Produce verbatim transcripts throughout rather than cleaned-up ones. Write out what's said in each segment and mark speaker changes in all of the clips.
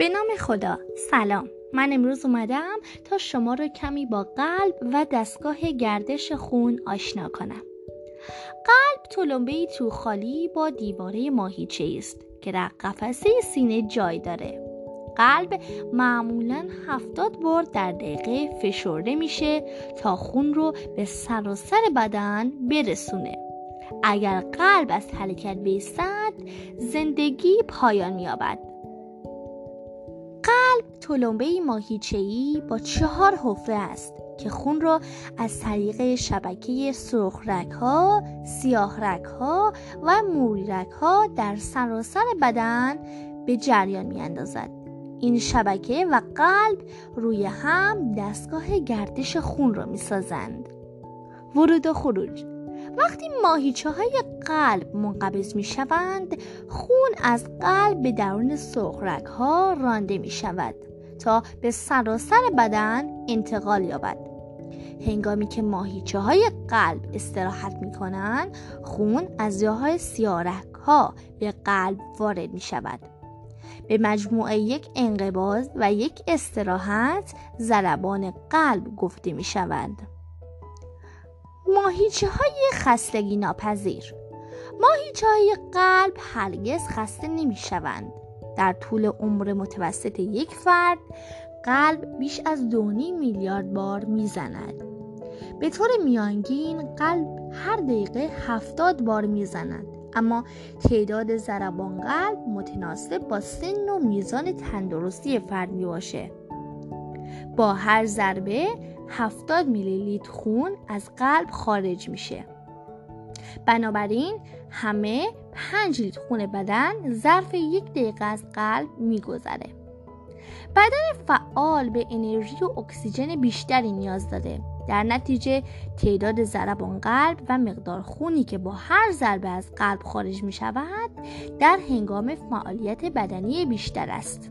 Speaker 1: به نام خدا. سلام، من امروز اومدم تا شما رو کمی با قلب و دستگاه گردش خون آشنا کنم. قلب تلمبه‌ای تو خالی با دیواره ماهیچه است که در قفسه سینه جای داره. قلب معمولاً هفتاد بار در دقیقه فشرده میشه تا خون رو به سراسر بدن برسونه. اگر قلب از حرکت بایستد، زندگی پایان می‌یابد. قلب تلمبه‌ای ماهیچه‌ای با چهار حفره است که خون را از طریق شبکه سرخ رگ‌ها، سیاه رگ‌ها و موری رگ‌ها در سراسر بدن به جریان می‌اندازد. این شبکه و قلب روی هم دستگاه گردش خون را می‌سازند. ورود و خروج: وقتی ماهیچه‌های قلب منقبض می‌شوند، خون از قلب به درون سرخ رگ‌ها رانده می‌شود تا به سراسر بدن انتقال یابد. هنگامی که ماهیچه‌های قلب استراحت می‌کنند، خون از راه‌های سیاه رگ‌ها به قلب وارد می‌شود. به مجموعه یک انقباض و یک استراحت ضربان قلب گفته می‌شوند. ماهیچه‌های خستگی ناپذیر: ماهیچه‌های قلب هرگز خسته نمی‌شوند. در طول عمر متوسط یک فرد، قلب بیش از دو و نیم میلیارد بار میزند. به طور میانگین قلب هر دقیقه هفتاد بار میزند، اما تعداد ضربان قلب متناسب با سن و میزان تندرستی فرد میباشه. با هر ضربه هفتاد میلی لیتر خون از قلب خارج میشه. بنابراین همه پنج لیتر خون بدن ظرف یک دقیقه از قلب میگذره. بدن فعال به انرژی و اکسیژن بیشتری نیاز داره. در نتیجه تعداد ضربان قلب و مقدار خونی که با هر ضربه از قلب خارج می شود در هنگام فعالیت بدنی بیشتر است.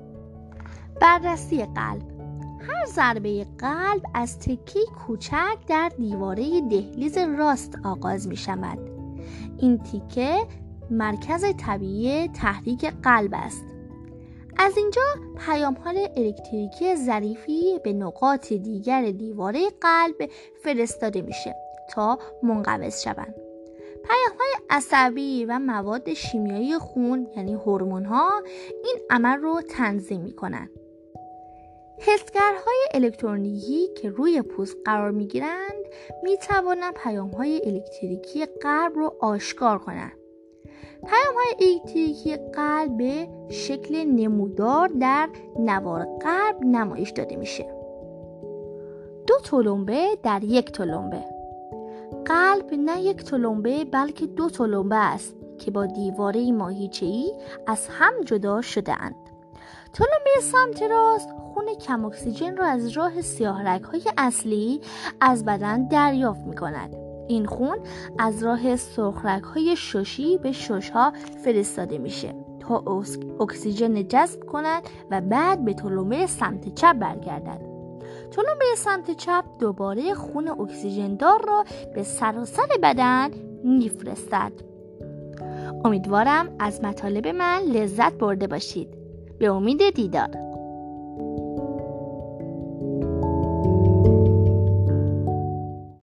Speaker 1: بررسی قلب: هر ضربه قلب از تکه کوچک در دیواره دهلیز راست آغاز می شود. این تیکه مرکز طبیعی تحریک قلب است. از اینجا پیام‌های الکتریکی ظریفی به نقاط دیگر دیواره قلب فرستاده میشه تا منقبض شوند. پیام‌های عصبی و مواد شیمیایی خون یعنی هورمون‌ها این عمل رو تنظیم می‌کنند. حسگرهای الکترونیکی که روی پوست قرار می‌گیرند می‌توانند پیام‌های الکتریکی قلب رو آشکار کنند. پیام‌های الکتریکی قلب به شکل نمودار در نوار قلب نمایش داده میشه. دو تلمبه در یک تلمبه: قلب نه یک تلمبه بلکه دو تلمبه است که با دیواره ماهیچه‌ای از هم جدا شده اند. تلمبه سمت راست خون کم اکسیژن را از راه سیاه رگ‌های اصلی از بدن دریافت می‌کند. این خون از راه سرخ رگ‌های ششی به شش‌ها فرستاده میشه تا اکسیژن جذب کند و بعد به تلمبه سمت چپ برگردد. تلمبه سمت چپ دوباره خون اکسیژن دار را به سراسر بدن میفرستد. امیدوارم از مطالب من لذت برده باشید. به امید دیدار.